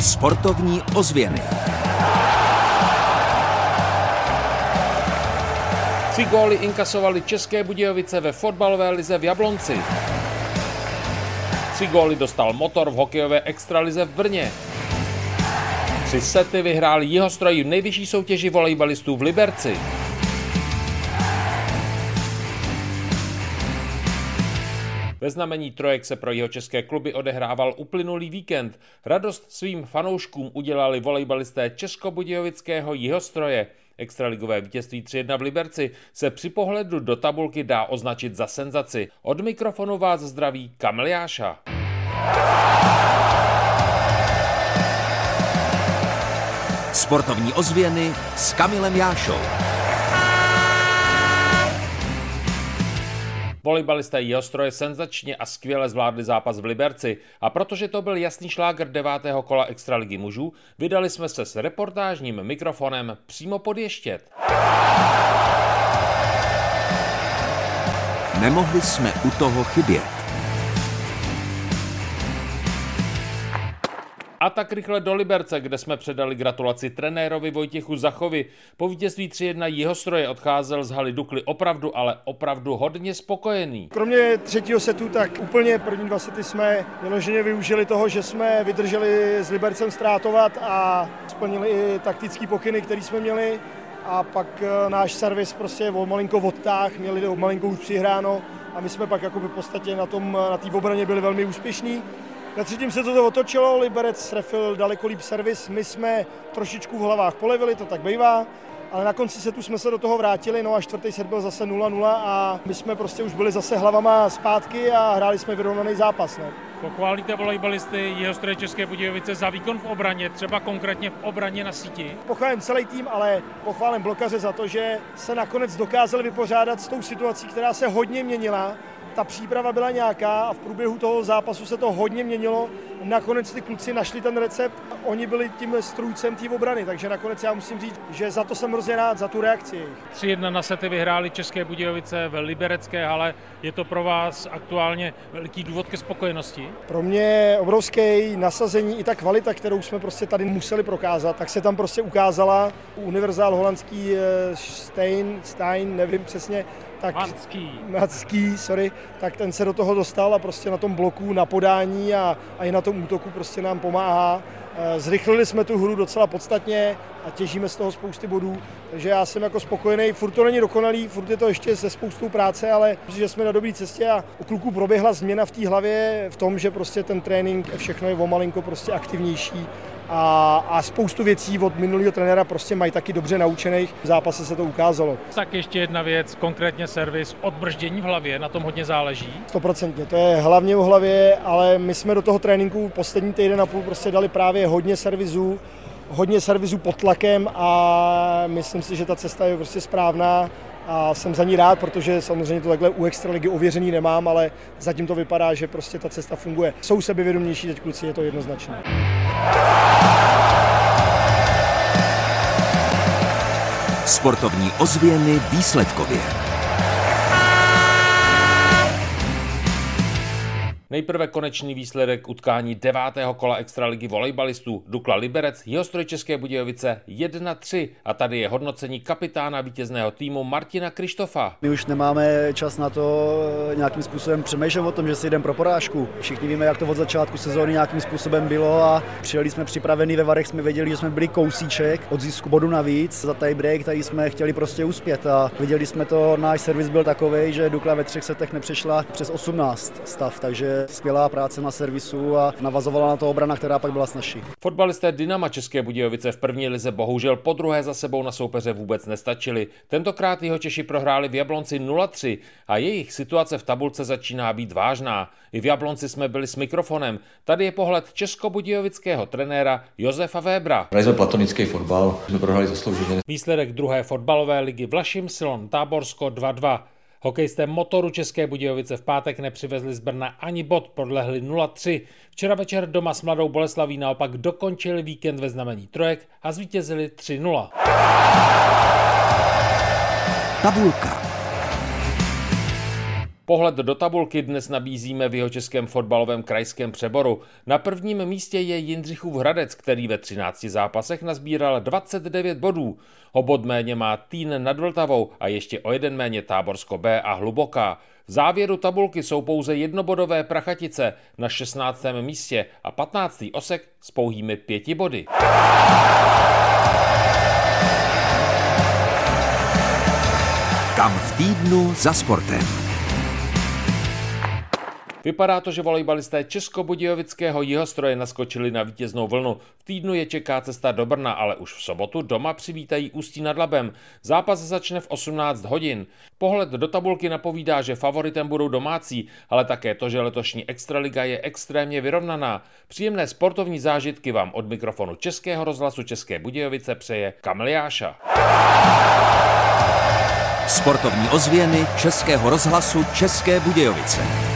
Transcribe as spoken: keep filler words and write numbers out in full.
Sportovní ozvěny. Tři góly inkasovali České Budějovice ve fotbalové lize v Jablonci. Tři góly dostal Motor v hokejové extralize v Brně. Tři sety vyhrál Jihostroj v nejvyšší soutěži volejbalistů v Liberci. Ve znamení trojek se pro jihočeské kluby odehrával uplynulý víkend. Radost svým fanouškům udělali volejbalisté Českobudějovického Jihostroje. Extraligové vítězství tři jedna v Liberci se při pohledu do tabulky dá označit za senzaci. Od mikrofonu vás zdraví Kamil Jáša. Sportovní ozvěny s Kamilem Jášou. Volejbalisté Jihostroje senzačně a skvěle zvládli zápas v Liberci a protože to byl jasný šlágr devátého kola extraligy mužů, vydali jsme se s reportážním mikrofonem přímo pod Ještěd. Nemohli jsme u toho chybět. A tak rychle do Liberce, kde jsme předali gratulaci trenérovi Vojtěchu Zachovi. Po vítězství tři jedna Jihostroje odcházel z haly Dukly opravdu, ale opravdu hodně spokojený. Kromě třetího setu, tak úplně první dva sety jsme vyloženě využili toho, že jsme vydrželi s Libercem ztrátovat a splnili i taktický pokyny, který jsme měli. A pak náš servis prostě o malinko odtáh, měli o malinko už přihráno a my jsme pak jakoby v podstatě na tom, na té obraně byli velmi úspěšní. Na třetím se to otočilo, Liberec trefil daleko líp servis, my jsme trošičku v hlavách polevili, to tak bývá, ale na konci setu jsme se do toho vrátili, no a čtvrtý set byl zase nula nula a my jsme prostě už byli zase hlavama zpátky a hráli jsme vyrovnaný zápas. No. Pochválíte volejbalisty Jihostroje České Budějovice za výkon v obraně, třeba konkrétně v obraně na síti? Pochválím celý tým, ale pochválím blokaře za to, že se nakonec dokázali vypořádat s tou situací, která se hodně měnila. Ta příprava byla nějaká a v průběhu toho zápasu se to hodně měnilo. Nakonec ty kluci našli ten recept, oni byli tím strůjcem té obrany, takže nakonec já musím říct, že za to jsem hrozně rád, za tu reakci. tři jedna na sety vyhráli České Budějovice v liberecké hale. Je to pro vás aktuálně veliký důvod ke spokojenosti? Pro mě obrovský nasazení i ta kvalita, kterou jsme prostě tady museli prokázat, tak se tam prostě ukázala. Univerzál holandský Stein, Stein, nevím přesně, tak Manský. Manský, sorry, tak ten se do toho dostal a prostě na tom bloku, na podání a, a i na tom útoku prostě nám pomáhá. Zrychlili jsme tu hru docela podstatně a těžíme z toho spousty bodů, takže já jsem jako spokojený. Furt to není dokonalý, furt je to ještě se spoustou práce, ale myslím, že jsme na dobré cestě a u kluků proběhla změna v té hlavě v tom, že prostě ten trénink všechno je o malinko prostě aktivnější. A, a spoustu věcí od minulého trenéra prostě mají taky dobře naučených. V zápase se to ukázalo. Tak ještě jedna věc, konkrétně servis, odbrždění v hlavě, na tom hodně záleží. Stoprocentně, to je hlavně v hlavě, ale my jsme do toho tréninku poslední týden a půl prostě dali právě hodně servizů, hodně servizů pod tlakem a myslím si, že ta cesta je prostě správná. A jsem za ní rád, protože samozřejmě to takhle u extraligy ověřený nemám, ale zatím to vypadá, že prostě ta cesta funguje. Jsou sebevědomější teď kluci, je to jednoznačné. Sportovní ozvěny výsledkově. Nejprve konečný výsledek utkání devátého kola extraligy volejbalistů. Dukla Liberec, Jihostroj České Budějovice jedna tři a tady je hodnocení kapitána vítězného týmu Martina Krištofa. My už nemáme čas na to nějakým způsobem přemýšlet o tom, že si jdem pro porážku. Všichni víme, jak to od začátku sezóny nějakým způsobem bylo a přijeli jsme připravení ve varech, jsme věděli, že jsme byli kousíček od zisku bodu navíc za tie break, který jsme chtěli prostě uspět a viděli jsme to, náš servis byl takovej, že Dukla ve třech setech nepřešla přes osmnáct stav, takže skvělá práce na servisu a navazovala na to obrana, která pak byla snazší. Fotbalisté Dynama České Budějovice v první lize bohužel po druhé za sebou na soupeře vůbec nestačili. Tentokrát Jihočeši prohráli v Jablonci nula tři a jejich situace v tabulce začíná být vážná. I v Jablonci jsme byli s mikrofonem. Tady je pohled českobudějovického trenéra Josefa Vébra. Hrali jsme platonický fotbal, jsme prohráli zaslouženě. Výsledek druhé fotbalové ligy Vlašim Silon Táborsko dva dva. Hokejisté Motoru České Budějovice v pátek nepřivezli z Brna ani bod, podlehli nula tři. Včera večer doma s Mladou Boleslaví naopak dokončili víkend ve znamení trojek a zvítězili tři nula. Tabulka. Pohled do tabulky dnes nabízíme v jihočeském fotbalovém krajském přeboru. Na prvním místě je Jindřichův Hradec, který ve třinácti zápasech nazbíral dvacet devět bodů. O bod méně má Týn nad Vltavou a ještě o jeden méně Táborsko B a Hluboká. V závěru tabulky jsou pouze jednobodové Prachatice na šestnáctém místě a patnáctý Osek s pouhými pěti body. Kam v týdnu za sportem. Vypadá to, že volejbalisté Českobudějovického Jihostroje naskočili na vítěznou vlnu. V týdnu je čeká cesta do Brna, ale už v sobotu doma přivítají Ústí nad Labem. Zápas začne v osmnáct hodin. Pohled do tabulky napovídá, že favoritem budou domácí, ale také to, že letošní extraliga je extrémně vyrovnaná. Příjemné sportovní zážitky vám od mikrofonu Českého rozhlasu České Budějovice přeje Kamil Jáša. Sportovní ozvěny Českého rozhlasu České Budějovice.